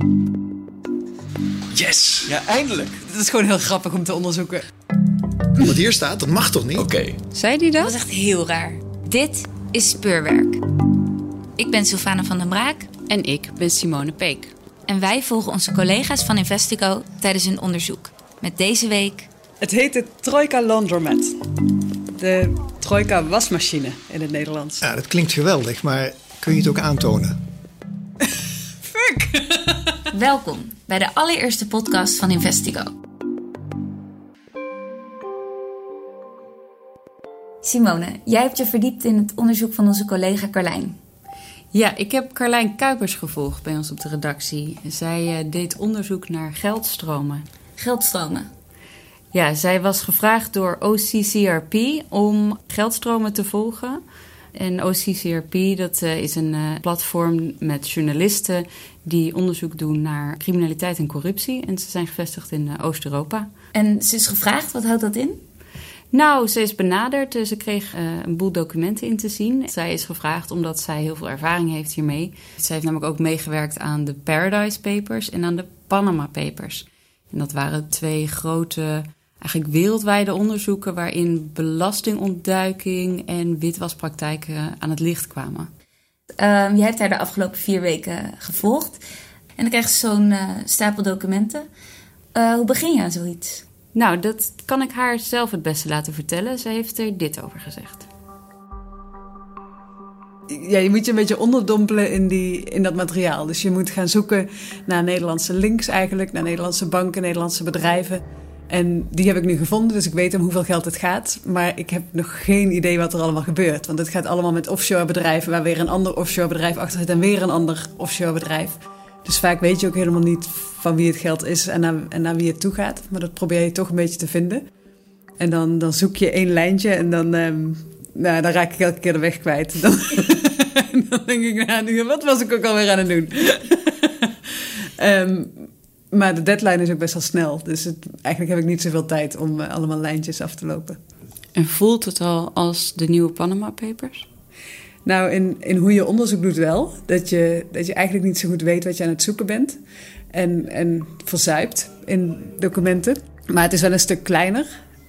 Yes! Ja, eindelijk. Het is gewoon heel grappig om te onderzoeken. Wat hier staat, dat mag toch niet? Oké. Zei die dat? Dat was echt heel raar. Dit is speurwerk. Ik ben Sylvana van den Braak. En ik ben Simone Peek. En wij volgen onze collega's van Investigo tijdens hun onderzoek. Met deze week... Het heet de Trojka Laundromat. De Trojka wasmachine in het Nederlands. Ja, dat klinkt geweldig, maar kun je het ook aantonen? Fuck! Welkom bij de allereerste podcast van Investigo. Simone, jij hebt je verdiept in het onderzoek van onze collega Carlijn. Ja, ik heb Carlijn Kuipers gevolgd bij ons op de redactie. Zij deed onderzoek naar geldstromen. Geldstromen. Ja, zij was gevraagd door OCCRP om geldstromen te volgen. En OCCRP, dat is een platform met journalisten die onderzoek doen naar criminaliteit en corruptie. En ze zijn gevestigd in Oost-Europa. En ze is gevraagd, wat houdt dat in? Nou, ze is benaderd. Ze kreeg een boel documenten in te zien. Zij is gevraagd omdat zij heel veel ervaring heeft hiermee. Zij heeft namelijk ook meegewerkt aan de Paradise Papers en aan de Panama Papers. En dat waren twee grote, eigenlijk wereldwijde onderzoeken waarin belastingontduiking en witwaspraktijken aan het licht kwamen. Je hebt haar de afgelopen 4 weken gevolgd. En dan krijg je zo'n stapel documenten. Hoe begin je aan zoiets? Nou, dat kan ik haar zelf het beste laten vertellen. Zij heeft er dit over gezegd. Ja, je moet je een beetje onderdompelen in dat materiaal. Dus je moet gaan zoeken naar Nederlandse links eigenlijk, naar Nederlandse banken, Nederlandse bedrijven. En die heb ik nu gevonden, dus ik weet om hoeveel geld het gaat. Maar ik heb nog geen idee wat er allemaal gebeurt. Want het gaat allemaal met offshore bedrijven, waar weer een ander offshore bedrijf achter zit en weer een ander offshore bedrijf. Dus vaak weet je ook helemaal niet van wie het geld is en naar wie het toe gaat. Maar dat probeer je toch een beetje te vinden. En dan zoek je 1 lijntje en dan raak ik elke keer de weg kwijt. Dan denk ik, wat was ik ook alweer aan het doen? Maar de deadline is ook best wel snel. Dus eigenlijk heb ik niet zoveel tijd om allemaal lijntjes af te lopen. En voelt het al als de nieuwe Panama Papers? Nou, in hoe je onderzoek doet wel. Dat je eigenlijk niet zo goed weet wat je aan het zoeken bent. En verzuipt in documenten. Maar het is wel een stuk kleiner.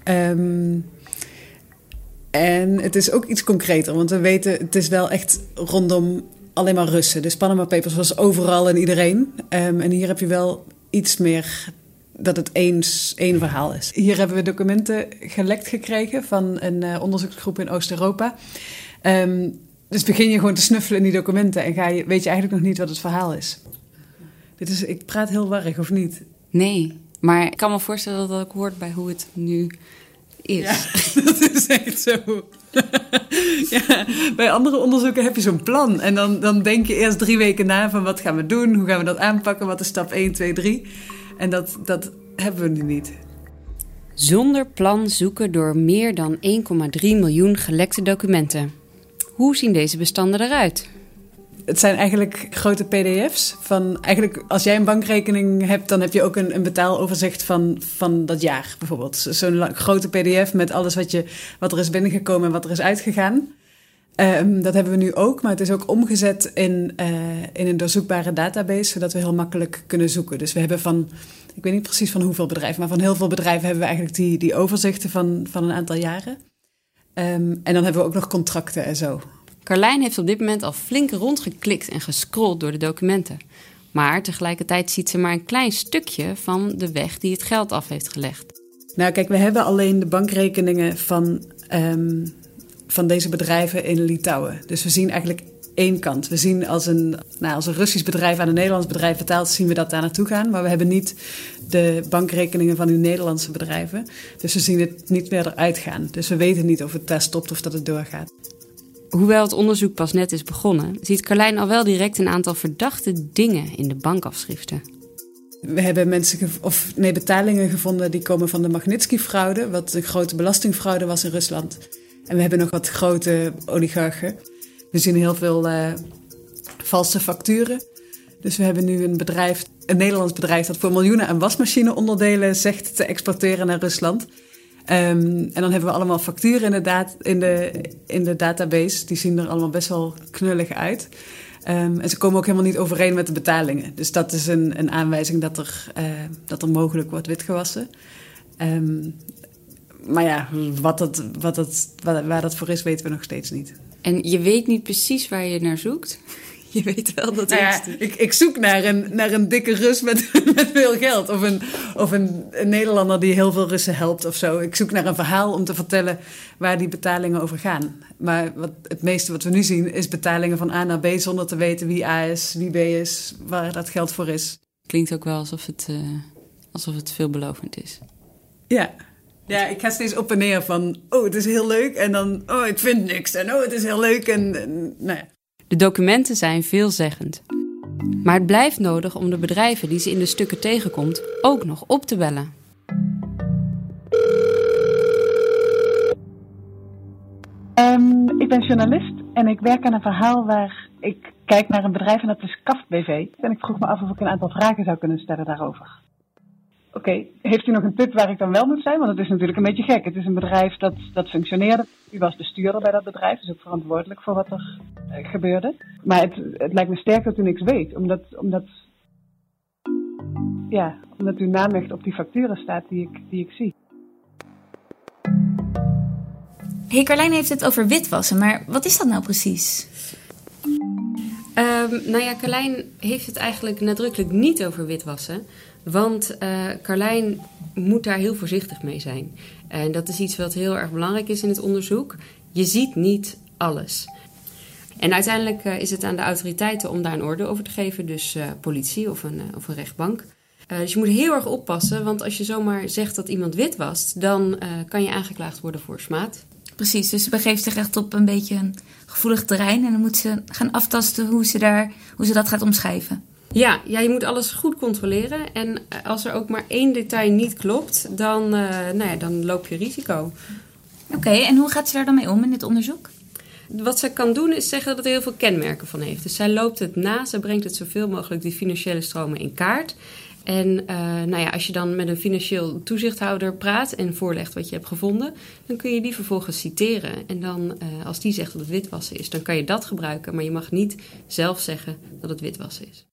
En het is ook iets concreter. Want we weten, het is wel echt rondom alleen maar Russen. Dus Panama Papers was overal en iedereen. En hier heb je wel iets meer dat het één verhaal is. Hier hebben we documenten gelekt gekregen van een onderzoeksgroep in Oost-Europa. Dus begin je gewoon te snuffelen in die documenten en weet je eigenlijk nog niet wat het verhaal is. Ik praat heel warrig, of niet? Nee, maar ik kan me voorstellen dat dat ook hoort bij hoe het nu is. Ja, dat is echt zo. Ja, bij andere onderzoeken heb je zo'n plan. En dan denk je eerst 3 weken na van wat gaan we doen? Hoe gaan we dat aanpakken? Wat is stap 1, 2, 3? En dat hebben we nu niet. Zonder plan zoeken door meer dan 1,3 miljoen gelekte documenten. Hoe zien deze bestanden eruit? Het zijn eigenlijk grote pdf's. Eigenlijk als jij een bankrekening hebt, dan heb je ook een betaaloverzicht van dat jaar bijvoorbeeld. Zo'n grote pdf met alles wat er is binnengekomen en wat er is uitgegaan. Dat hebben we nu ook, maar het is ook omgezet in een doorzoekbare database, zodat we heel makkelijk kunnen zoeken. Dus we hebben ik weet niet precies van hoeveel bedrijven, maar van heel veel bedrijven hebben we eigenlijk die overzichten van een aantal jaren. En dan hebben we ook nog contracten en zo. Carlijn heeft op dit moment al flink rondgeklikt en gescrolld door de documenten. Maar tegelijkertijd ziet ze maar een klein stukje van de weg die het geld af heeft gelegd. Nou kijk, we hebben alleen de bankrekeningen van deze bedrijven in Litouwen. Dus we zien eigenlijk 1 kant. We zien als een Russisch bedrijf aan een Nederlands bedrijf betaalt, zien we dat daar naartoe gaan. Maar we hebben niet de bankrekeningen van die Nederlandse bedrijven. Dus we zien het niet meer eruit gaan. Dus we weten niet of het daar stopt of dat het doorgaat. Hoewel het onderzoek pas net is begonnen, ziet Carlijn al wel direct een aantal verdachte dingen in de bankafschriften. We hebben betalingen gevonden die komen van de Magnitsky-fraude, wat een grote belastingfraude was in Rusland. En we hebben nog wat grote oligarchen. We zien heel veel valse facturen. Dus we hebben nu een Nederlands bedrijf dat voor miljoenen aan wasmachineonderdelen zegt te exporteren naar Rusland. En dan hebben we allemaal facturen in de database. Die zien er allemaal best wel knullig uit. En ze komen ook helemaal niet overeen met de betalingen. Dus dat is een aanwijzing dat er mogelijk wordt witgewassen. Maar ja, waar dat voor is, weten we nog steeds niet. En je weet niet precies waar je naar zoekt? Je weet wel dat ik zoek naar een dikke Rus met veel geld. Of een Nederlander die heel veel Russen helpt of zo. Ik zoek naar een verhaal om te vertellen waar die betalingen over gaan. Maar het meeste wat we nu zien is betalingen van A naar B zonder te weten wie A is, wie B is, waar dat geld voor is. Klinkt ook wel alsof het veelbelovend is. Ja, ik ga steeds op en neer van, het is heel leuk. En dan, ik vind niks. En het is heel leuk. En nou ja. De documenten zijn veelzeggend. Maar het blijft nodig om de bedrijven die ze in de stukken tegenkomt ook nog op te bellen. Ik ben journalist en ik werk aan een verhaal waar ik kijk naar een bedrijf en dat is Kaft BV. En ik vroeg me af of ik een aantal vragen zou kunnen stellen daarover. Oké, heeft u nog een tip waar ik dan wel moet zijn? Want het is natuurlijk een beetje gek. Het is een bedrijf dat functioneerde. U was bestuurder bij dat bedrijf, dus ook verantwoordelijk voor wat er gebeurde. Maar het lijkt me sterk dat u niks weet. Omdat uw naam echt op die facturen staat die ik zie. Hey, Carlijn heeft het over witwassen, maar wat is dat nou precies? Carlijn heeft het eigenlijk nadrukkelijk niet over witwassen. Want Carlijn moet daar heel voorzichtig mee zijn. En dat is iets wat heel erg belangrijk is in het onderzoek. Je ziet niet alles. En uiteindelijk is het aan de autoriteiten om daar een oordeel over te geven. Dus politie of een rechtbank. Dus je moet heel erg oppassen. Want als je zomaar zegt dat iemand witwast, dan kan je aangeklaagd worden voor smaad. Precies, dus ze begeeft zich echt op een beetje een gevoelig terrein. En dan moet ze gaan aftasten hoe ze dat gaat omschrijven. Ja, je moet alles goed controleren. En als er ook maar 1 detail niet klopt, dan loop je risico. Oké, en hoe gaat ze daar dan mee om in dit onderzoek? Wat ze kan doen is zeggen dat er heel veel kenmerken van heeft. Dus zij loopt het na, ze brengt het zoveel mogelijk die financiële stromen in kaart. En als je dan met een financieel toezichthouder praat en voorlegt wat je hebt gevonden, dan kun je die vervolgens citeren. En dan, als die zegt dat het witwassen is, dan kan je dat gebruiken. Maar je mag niet zelf zeggen dat het witwassen is.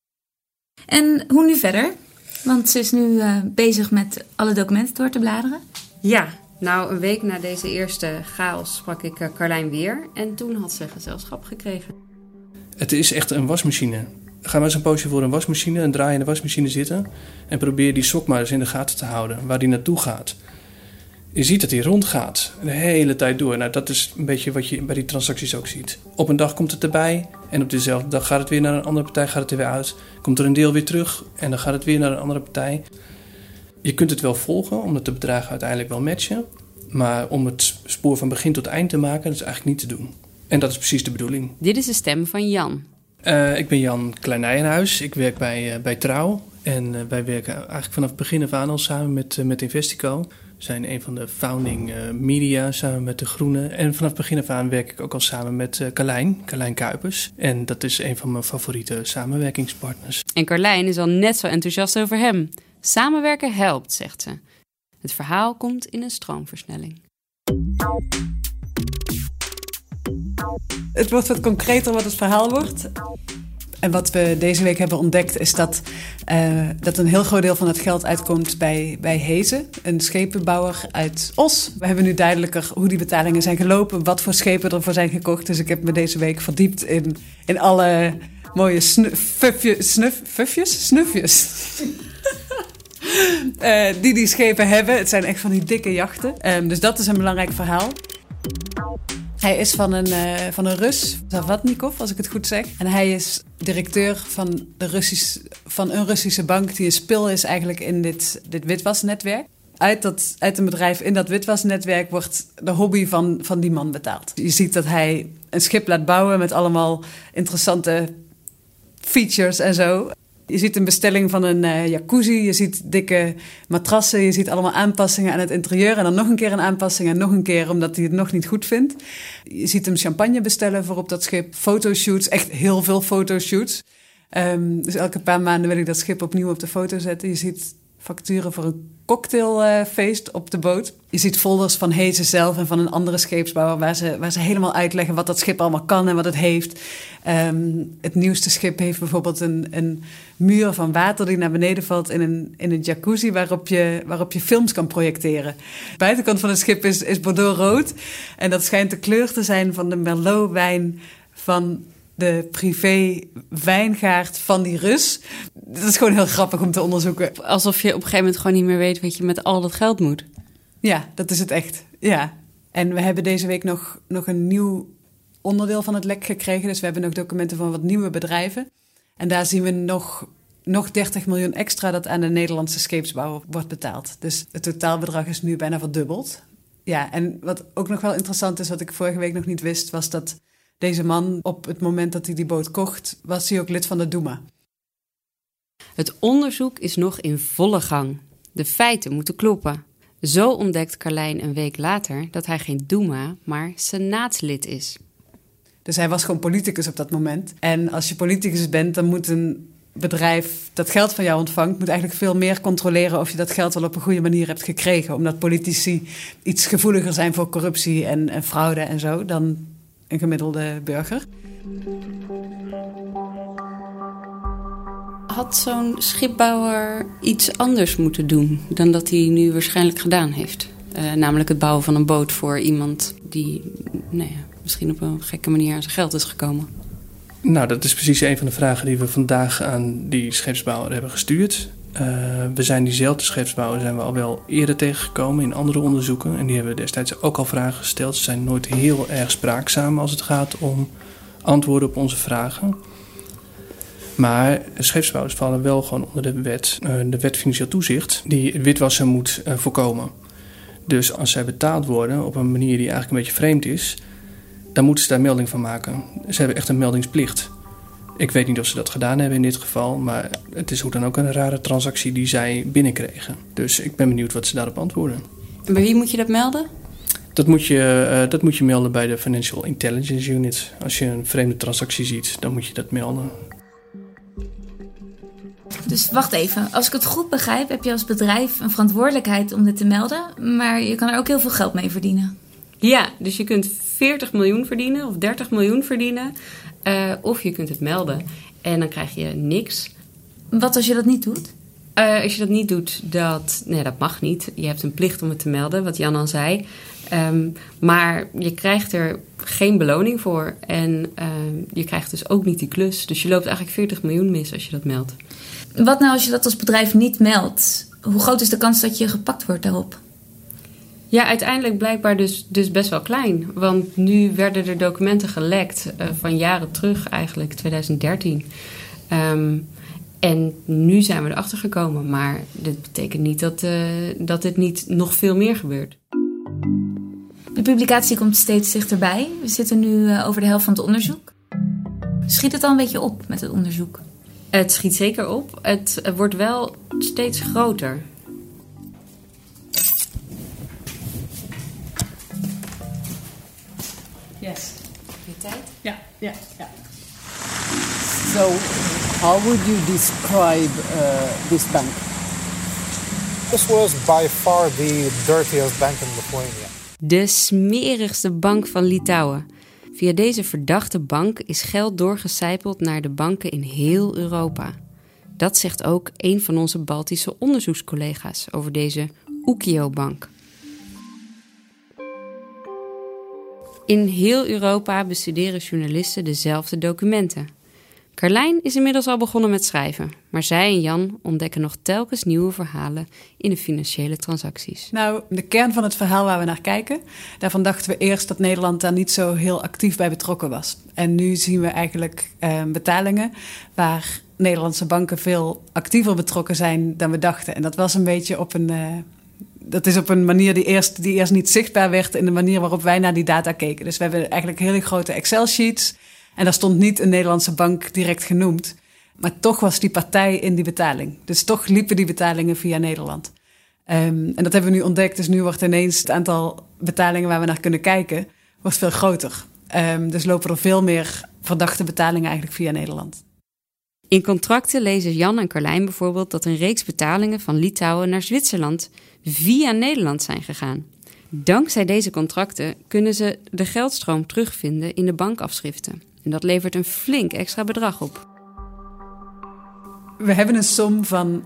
En hoe nu verder? Want ze is nu bezig met alle documenten door te bladeren. Ja, een week na deze eerste chaos sprak ik Carlijn weer. En toen had ze gezelschap gekregen. Het is echt een wasmachine. Ga maar eens een poosje voor een wasmachine en draai in de wasmachine zitten. En probeer die sok maar eens in de gaten te houden, waar die naartoe gaat. Je ziet dat hij rondgaat, de hele tijd door. Nou, dat is een beetje wat je bij die transacties ook ziet. Op een dag komt het erbij en op dezelfde dag gaat het weer naar een andere partij, gaat het er weer uit. Komt er een deel weer terug en dan gaat het weer naar een andere partij. Je kunt het wel volgen, omdat de bedragen uiteindelijk wel matchen. Maar om het spoor van begin tot eind te maken, dat is eigenlijk niet te doen. En dat is precies de bedoeling. Dit is de stem van Jan. Ik ben Jan Klein-Nijenhuis. Ik werk bij Trouw. En wij werken eigenlijk vanaf het begin af aan al samen met Investico. We zijn een van de founding media samen met De Groene. En vanaf het begin af aan werk ik ook al samen met Carlijn Kuipers. En dat is een van mijn favoriete samenwerkingspartners. En Carlijn is al net zo enthousiast over hem. Samenwerken helpt, zegt ze. Het verhaal komt in een stroomversnelling. Het wordt wat concreter wat het verhaal wordt. En wat we deze week hebben ontdekt is dat een heel groot deel van het geld uitkomt bij Hezen, een schepenbouwer uit Os. We hebben nu duidelijker hoe die betalingen zijn gelopen, wat voor schepen ervoor zijn gekocht. Dus ik heb me deze week verdiept in alle mooie snufjes. Die schepen hebben. Het zijn echt van die dikke jachten. Dus dat is een belangrijk verhaal. Hij is van een Rus, Zavatnikov, als ik het goed zeg. En hij is directeur van een Russische bank die een spil is eigenlijk in dit witwasnetwerk. Uit een bedrijf in dat witwasnetwerk wordt de hobby van die man betaald. Je ziet dat hij een schip laat bouwen met allemaal interessante features en zo. Je ziet een bestelling van een jacuzzi, je ziet dikke matrassen, je ziet allemaal aanpassingen aan het interieur en dan nog een keer een aanpassing en nog een keer omdat hij het nog niet goed vindt. Je ziet hem champagne bestellen voor op dat schip, fotoshoots, echt heel veel fotoshoots. Dus elke paar maanden wil ik dat schip opnieuw op de foto zetten. Je ziet facturen voor een cocktailfeest op de boot. Je ziet folders van Hezen zelf en van een andere scheepsbouwer waar ze helemaal uitleggen wat dat schip allemaal kan en wat het heeft. Het nieuwste schip heeft bijvoorbeeld een muur van water die naar beneden valt in een jacuzzi waarop je films kan projecteren. De buitenkant van het schip is bordeaux-rood en dat schijnt de kleur te zijn van de Merlot-wijn van de privé-wijngaard van die Rus. Dat is gewoon heel grappig om te onderzoeken. Alsof je op een gegeven moment gewoon niet meer weet wat je met al dat geld moet. Ja, dat is het echt. Ja. En we hebben deze week nog een nieuw onderdeel van het lek gekregen. Dus we hebben nog documenten van wat nieuwe bedrijven. En daar zien we nog 30 miljoen extra dat aan de Nederlandse scheepsbouwer wordt betaald. Dus het totaalbedrag is nu bijna verdubbeld. Ja, en wat ook nog wel interessant is, wat ik vorige week nog niet wist, was dat deze man, op het moment dat hij die boot kocht, was hij ook lid van de Duma. Het onderzoek is nog in volle gang. De feiten moeten kloppen. Zo ontdekt Carlijn een week later dat hij geen Duma, maar senaatslid is. Dus hij was gewoon politicus op dat moment. En als je politicus bent, dan moet een bedrijf dat geld van jou ontvangt, moet eigenlijk veel meer controleren of je dat geld wel op een goede manier hebt gekregen. Omdat politici iets gevoeliger zijn voor corruptie en fraude en zo dan een gemiddelde burger. Had zo'n schipbouwer iets anders moeten doen dan dat hij nu waarschijnlijk gedaan heeft? Namelijk het bouwen van een boot voor iemand die misschien op een gekke manier aan zijn geld is gekomen. Nou, dat is precies een van de vragen die we vandaag aan die scheepsbouwer hebben gestuurd. We zijn diezelfde scheepsbouwer zijn we al wel eerder tegengekomen in andere onderzoeken. En die hebben we destijds ook al vragen gesteld. Ze zijn nooit heel erg spraakzaam als het gaat om antwoorden op onze vragen. Maar scheepsbouwers vallen wel gewoon onder de wet financieel toezicht, die witwassen moet voorkomen. Dus als zij betaald worden op een manier die eigenlijk een beetje vreemd is, dan moeten ze daar melding van maken. Ze hebben echt een meldingsplicht. Ik weet niet of ze dat gedaan hebben in dit geval, maar het is hoe dan ook een rare transactie die zij binnenkregen. Dus ik ben benieuwd wat ze daarop antwoorden. En bij wie moet je dat melden? Dat moet je melden bij de Financial Intelligence Unit. Als je een vreemde transactie ziet, dan moet je dat melden. Dus wacht even, als ik het goed begrijp, heb je als bedrijf een verantwoordelijkheid om dit te melden, maar je kan er ook heel veel geld mee verdienen. Ja, dus je kunt 40 miljoen verdienen of 30 miljoen verdienen, of je kunt het melden. En dan krijg je niks. Wat als je dat niet doet? Als je dat niet doet, dat mag niet. Je hebt een plicht om het te melden, wat Jan al zei. Maar je krijgt er geen beloning voor. En je krijgt dus ook niet die klus. Dus je loopt eigenlijk 40 miljoen mis als je dat meldt. Wat nou als je dat als bedrijf niet meldt? Hoe groot is de kans dat je gepakt wordt daarop? Ja, uiteindelijk blijkbaar dus best wel klein. Want nu werden er documenten gelekt van jaren terug eigenlijk, 2013. En nu zijn we erachter gekomen. Maar dit betekent niet dat dit niet nog veel meer gebeurt. De publicatie komt steeds dichterbij. We zitten nu over de helft van het onderzoek. Schiet het al een beetje op met het onderzoek? Het schiet zeker op. Het wordt wel steeds groter. Yes. Je tijd? Ja. So, how would you describe this bank? This was by far the dirtiest bank in Lithuania. De smerigste bank van Litouwen. Via deze verdachte bank is geld doorgecijpeld naar de banken in heel Europa. Dat zegt ook een van onze Baltische onderzoekscollega's over deze Ukio-bank. In heel Europa bestuderen journalisten dezelfde documenten. Carlijn is inmiddels al begonnen met schrijven, maar zij en Jan ontdekken nog telkens nieuwe verhalen in de financiële transacties. Nou, de kern van het verhaal waar we naar kijken, daarvan dachten we eerst dat Nederland daar niet zo heel actief bij betrokken was. En nu zien we eigenlijk betalingen waar Nederlandse banken veel actiever betrokken zijn dan we dachten. En dat was een beetje op een manier die eerst niet zichtbaar werd in de manier waarop wij naar die data keken. Dus we hebben eigenlijk hele grote Excel-sheets. En daar stond niet een Nederlandse bank direct genoemd. Maar toch was die partij in die betaling. Dus toch liepen die betalingen via Nederland. En dat hebben we nu ontdekt. Dus nu wordt ineens het aantal betalingen waar we naar kunnen kijken wordt veel groter. Dus lopen er veel meer verdachte betalingen eigenlijk via Nederland. In contracten lezen Jan en Carlijn bijvoorbeeld dat een reeks betalingen van Litouwen naar Zwitserland via Nederland zijn gegaan. Dankzij deze contracten kunnen ze de geldstroom terugvinden in de bankafschriften. En dat levert een flink extra bedrag op. We hebben een som van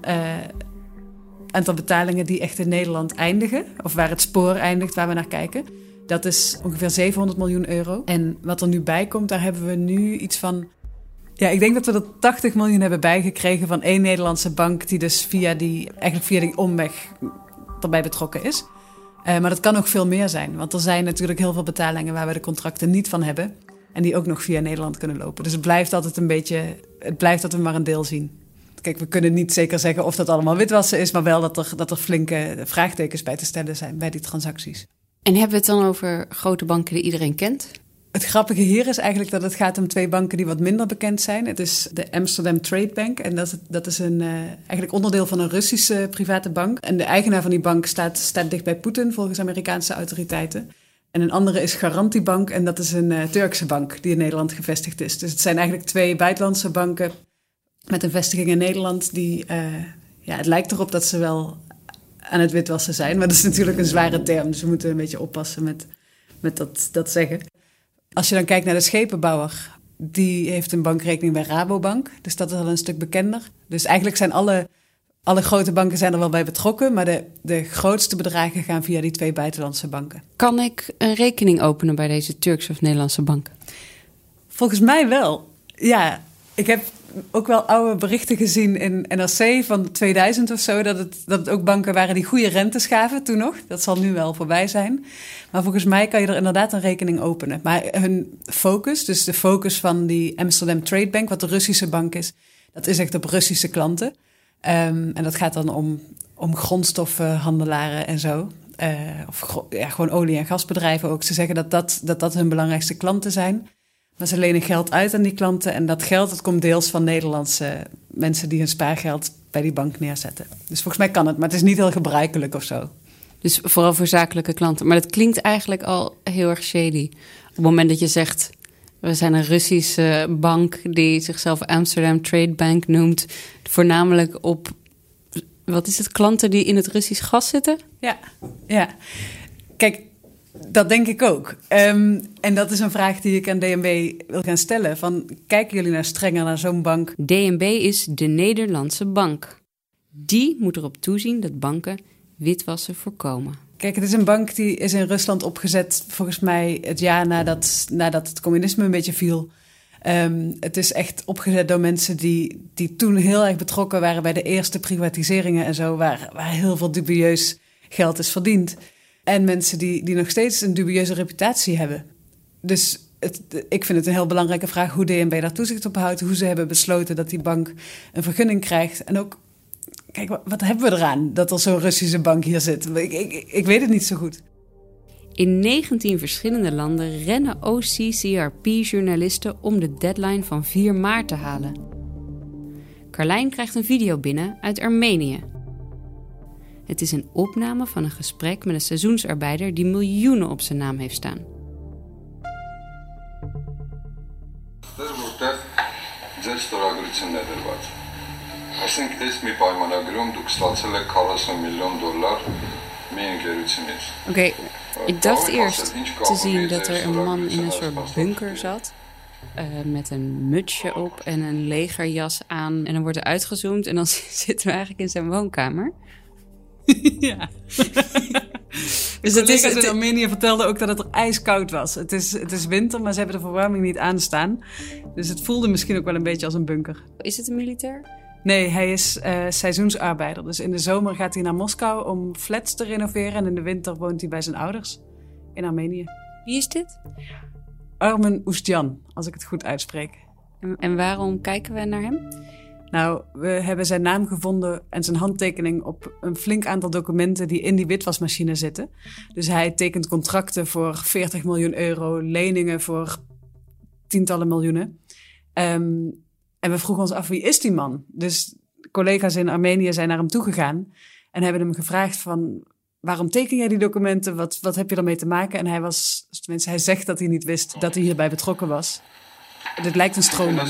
aantal betalingen die echt in Nederland eindigen. Of waar het spoor eindigt, waar we naar kijken. Dat is ongeveer 700 miljoen euro. En wat er nu bij komt, daar hebben we nu iets van... Ja, ik denk dat we er 80 miljoen hebben bijgekregen van één Nederlandse bank... die dus via die omweg erbij betrokken is. Maar dat kan ook veel meer zijn. Want er zijn natuurlijk heel veel betalingen waar we de contracten niet van hebben. En die ook nog via Nederland kunnen lopen. Dus het blijft altijd een beetje... Het blijft dat we maar een deel zien. Kijk, we kunnen niet zeker zeggen of dat allemaal witwassen is... maar wel dat er flinke vraagtekens bij te stellen zijn bij die transacties. En hebben we het dan over grote banken die iedereen kent? Het grappige hier is eigenlijk dat het gaat om 2 banken die wat minder bekend zijn. Het is de Amsterdam Trade Bank en dat is eigenlijk onderdeel van een Russische private bank. En de eigenaar van die bank staat dicht bij Poetin volgens Amerikaanse autoriteiten. En een andere is Garantibank en dat is een Turkse bank die in Nederland gevestigd is. Dus het zijn eigenlijk 2 buitenlandse banken met een vestiging in Nederland het lijkt erop dat ze wel aan het witwassen zijn. Maar dat is natuurlijk een zware term, dus we moeten een beetje oppassen met dat zeggen. Als je dan kijkt naar de schepenbouwer, die heeft een bankrekening bij Rabobank. Dus dat is al een stuk bekender. Dus eigenlijk zijn alle grote banken zijn er wel bij betrokken, maar de grootste bedragen gaan via die 2 buitenlandse banken. Kan ik een rekening openen bij deze Turkse of Nederlandse bank? Volgens mij wel, ja. Ik heb ook wel oude berichten gezien in NRC van 2000 of zo... dat het ook banken waren die goede rentes gaven toen nog. Dat zal nu wel voorbij zijn. Maar volgens mij kan je er inderdaad een rekening openen. Maar hun focus, dus de focus van die Amsterdam Trade Bank... wat de Russische bank is, dat is echt op Russische klanten. En dat gaat dan om grondstoffenhandelaren en zo. Gewoon olie- en gasbedrijven ook. Ze zeggen dat hun belangrijkste klanten zijn... Maar ze lenen geld uit aan die klanten. En dat geld komt deels van Nederlandse mensen die hun spaargeld bij die bank neerzetten. Dus volgens mij kan het, maar het is niet heel gebruikelijk of zo. Dus vooral voor zakelijke klanten. Maar dat klinkt eigenlijk al heel erg shady. Op het moment dat je zegt, we zijn een Russische bank die zichzelf Amsterdam Trade Bank noemt. Voornamelijk op, wat is het, klanten die in het Russisch gas zitten? Ja. Kijk... Dat denk ik ook. En dat is een vraag die ik aan DNB wil gaan stellen. Kijken jullie nou strenger naar zo'n bank? DNB is de Nederlandse bank. Die moet erop toezien dat banken witwassen voorkomen. Kijk, het is een bank die is in Rusland opgezet... volgens mij het jaar nadat het communisme een beetje viel. Het is echt opgezet door mensen die toen heel erg betrokken waren... bij de eerste privatiseringen en zo... waar heel veel dubieus geld is verdiend... En mensen die nog steeds een dubieuze reputatie hebben. Dus ik vind het een heel belangrijke vraag hoe DNB daar toezicht op houdt. Hoe ze hebben besloten dat die bank een vergunning krijgt. En ook, kijk, wat hebben we eraan dat er zo'n Russische bank hier zit? Ik weet het niet zo goed. In 19 verschillende landen rennen OCCRP-journalisten om de deadline van 4 maart te halen. Carlijn krijgt een video binnen uit Armenië. Het is een opname van een gesprek met een seizoensarbeider die miljoenen op zijn naam heeft staan. Oké, ik dacht eerst te zien dat er een man in een soort bunker zat. Met een mutsje op en een legerjas aan. En dan wordt er uitgezoomd en dan zitten we eigenlijk in zijn woonkamer. Ja. Dus collega's in Armenië vertelden ook dat het er ijskoud was. Het is winter, maar ze hebben de verwarming niet aanstaan. Dus het voelde misschien ook wel een beetje als een bunker. Is het een militair? Nee, hij is seizoensarbeider. Dus in de zomer gaat hij naar Moskou om flats te renoveren. En in de winter woont hij bij zijn ouders in Armenië. Wie is dit? Armen Oestjan, als ik het goed uitspreek. En waarom kijken we naar hem? Nou, we hebben zijn naam gevonden en zijn handtekening op een flink aantal documenten die in die witwasmachine zitten. Dus hij tekent contracten voor 40 miljoen euro, leningen voor tientallen miljoenen. En we vroegen ons af, wie is die man? Dus collega's in Armenië zijn naar hem toegegaan en hebben hem gevraagd van, waarom teken jij die documenten? Wat heb je ermee te maken? En hij zegt dat hij niet wist dat hij hierbij betrokken was. Dit lijkt een stroomman.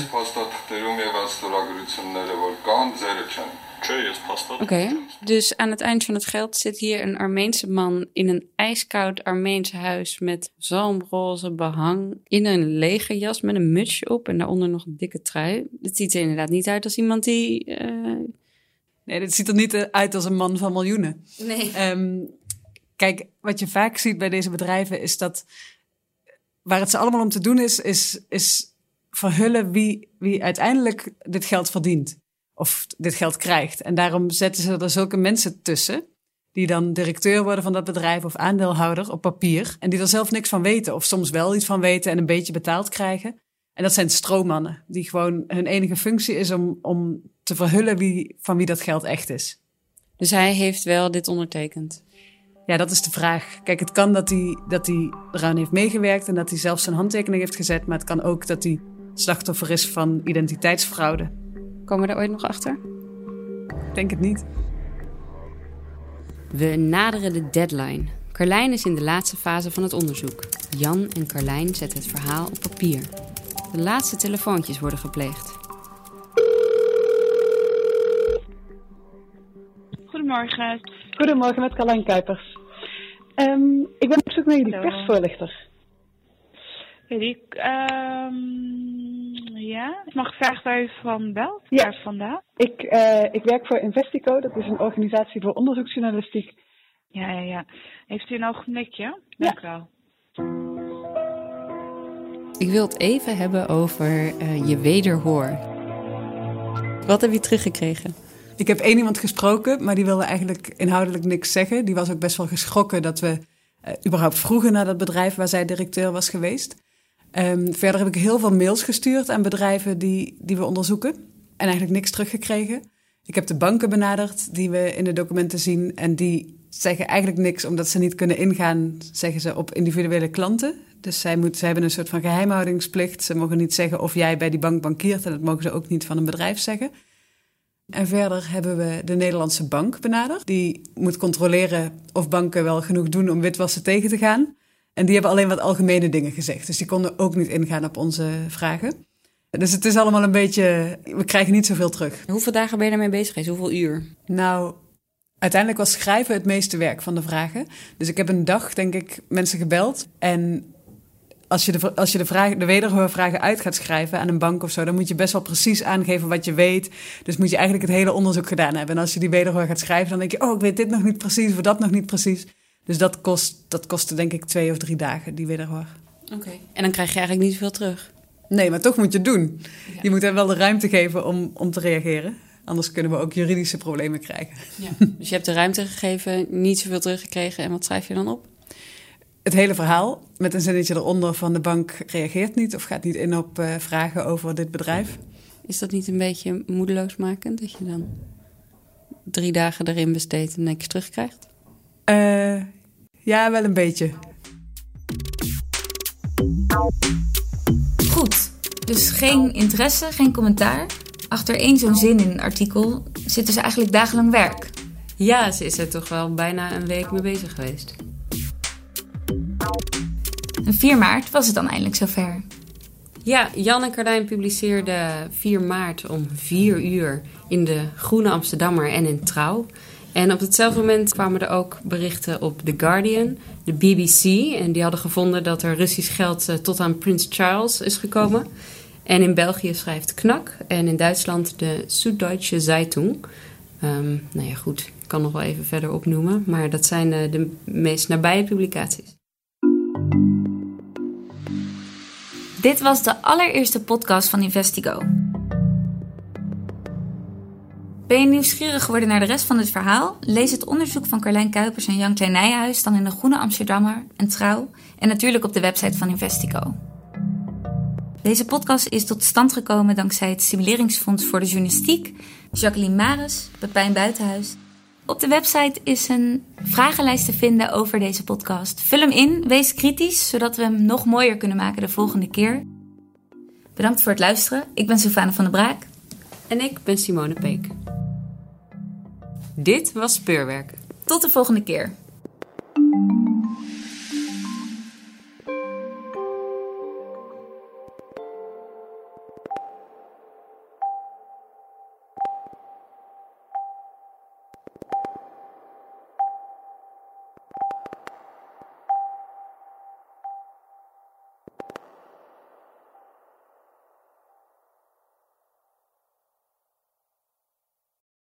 Oké, dus aan het eind van het geld zit hier een Armeense man in een ijskoud Armeens huis met zalmroze behang, in een legerjas met een mutsje op en daaronder nog een dikke trui. Het ziet er inderdaad niet uit als iemand die... Nee, dit ziet er niet uit als een man van miljoenen. Nee. Kijk, wat je vaak ziet bij deze bedrijven is dat... Waar het ze allemaal om te doen is verhullen wie uiteindelijk dit geld verdient. Of dit geld krijgt. En daarom zetten ze er zulke mensen tussen... die dan directeur worden van dat bedrijf of aandeelhouder op papier... en die er zelf niks van weten. Of soms wel iets van weten en een beetje betaald krijgen. En dat zijn stroommannen. Die gewoon hun enige functie is om te verhullen van wie dat geld echt is. Dus hij heeft wel dit ondertekend? Ja, dat is de vraag. Kijk, het kan dat hij eraan heeft meegewerkt... en dat hij zelf zijn handtekening heeft gezet... maar het kan ook dat hij slachtoffer is van identiteitsfraude. Komen we daar ooit nog achter? Ik denk het niet. We naderen de deadline. Carlijn is in de laatste fase van het onderzoek. Jan en Carlijn zetten het verhaal op papier. De laatste telefoontjes worden gepleegd. Goedemorgen. Goedemorgen, met Carlijn Kuipers. Ik ben op zoek naar jullie persvoorlichter. Ja, mag ik vragen waar u van belt? Ja. Waar vandaan? Ik werk voor Investico, dat is een organisatie voor onderzoeksjournalistiek. Ja. Heeft u een ogenblikje? Dank u wel. Ik wil het even hebben over je wederhoor. Wat heb je teruggekregen? Ik heb 1 iemand gesproken, maar die wilde eigenlijk inhoudelijk niks zeggen. Die was ook best wel geschrokken dat we überhaupt vroegen naar dat bedrijf waar zij directeur was geweest. Verder heb ik heel veel mails gestuurd aan bedrijven die we onderzoeken. En eigenlijk niks teruggekregen. Ik heb de banken benaderd die we in de documenten zien. En die zeggen eigenlijk niks omdat ze niet kunnen ingaan, zeggen ze, op individuele klanten. Dus zij hebben een soort van geheimhoudingsplicht. Ze mogen niet zeggen of jij bij die bank bankiert. En dat mogen ze ook niet van een bedrijf zeggen. En verder hebben we de Nederlandse bank benaderd. Die moet controleren of banken wel genoeg doen om witwassen tegen te gaan. En die hebben alleen wat algemene dingen gezegd. Dus die konden ook niet ingaan op onze vragen. Dus het is allemaal een beetje... We krijgen niet zoveel terug. Hoeveel dagen ben je daarmee bezig geweest? Hoeveel uur? Nou, uiteindelijk was schrijven het meeste werk van de vragen. Dus ik heb een dag, denk ik, mensen gebeld. En als je de wederhoorvragen uit gaat schrijven aan een bank of zo, dan moet je best wel precies aangeven wat je weet. Dus moet je eigenlijk het hele onderzoek gedaan hebben. En als je die wederhoor gaat schrijven, dan denk je, ik weet dit nog niet precies of dat nog niet precies. Dus dat kostte denk ik 2 of 3 dagen, die wederhoor. Oké. En dan krijg je eigenlijk niet veel terug? Nee, maar toch moet je het doen. Ja. Je moet hem wel de ruimte geven om te reageren. Anders kunnen we ook juridische problemen krijgen. Ja. Dus je hebt de ruimte gegeven, niet zoveel teruggekregen. En wat schrijf je dan op? Het hele verhaal met een zinnetje eronder van de bank reageert niet of gaat niet in op vragen over dit bedrijf. Is dat niet een beetje moedeloosmakend dat je dan 3 dagen erin besteedt en niks terugkrijgt? Ja, wel een beetje. Goed, dus geen interesse, geen commentaar. Achter 1 zo'n zin in een artikel zit dus eigenlijk dagenlang werk. Ja, ze is er toch wel bijna een week mee bezig geweest. En 4 maart was het dan eindelijk zover. Ja, Jan en Carlijn publiceerden 4 maart om 4 uur in de Groene Amsterdammer en in Trouw. En op hetzelfde moment kwamen er ook berichten op The Guardian, de BBC. En die hadden gevonden dat er Russisch geld tot aan Prins Charles is gekomen. En in België schrijft Knak en in Duitsland de Süddeutsche Zeitung. Nou ja, goed, ik kan nog wel even verder opnoemen. Maar dat zijn de meest nabije publicaties. Dit was de allereerste podcast van Investigo. Ben je nieuwsgierig geworden naar de rest van dit verhaal? Lees het onderzoek van Carlijn Kuipers en Jan Klein Nijhuis dan in de Groene Amsterdammer en Trouw en natuurlijk op de website van Investigo. Deze podcast is tot stand gekomen dankzij het Simuleringsfonds voor de Journalistiek, Jacqueline Maris, Pepijn Buitenhuis. Op de website is een vragenlijst te vinden over deze podcast. Vul hem in, wees kritisch, zodat we hem nog mooier kunnen maken de volgende keer. Bedankt voor het luisteren. Ik ben Sylvana van der Braak. En ik ben Simone Peek. Dit was Speurwerk. Tot de volgende keer.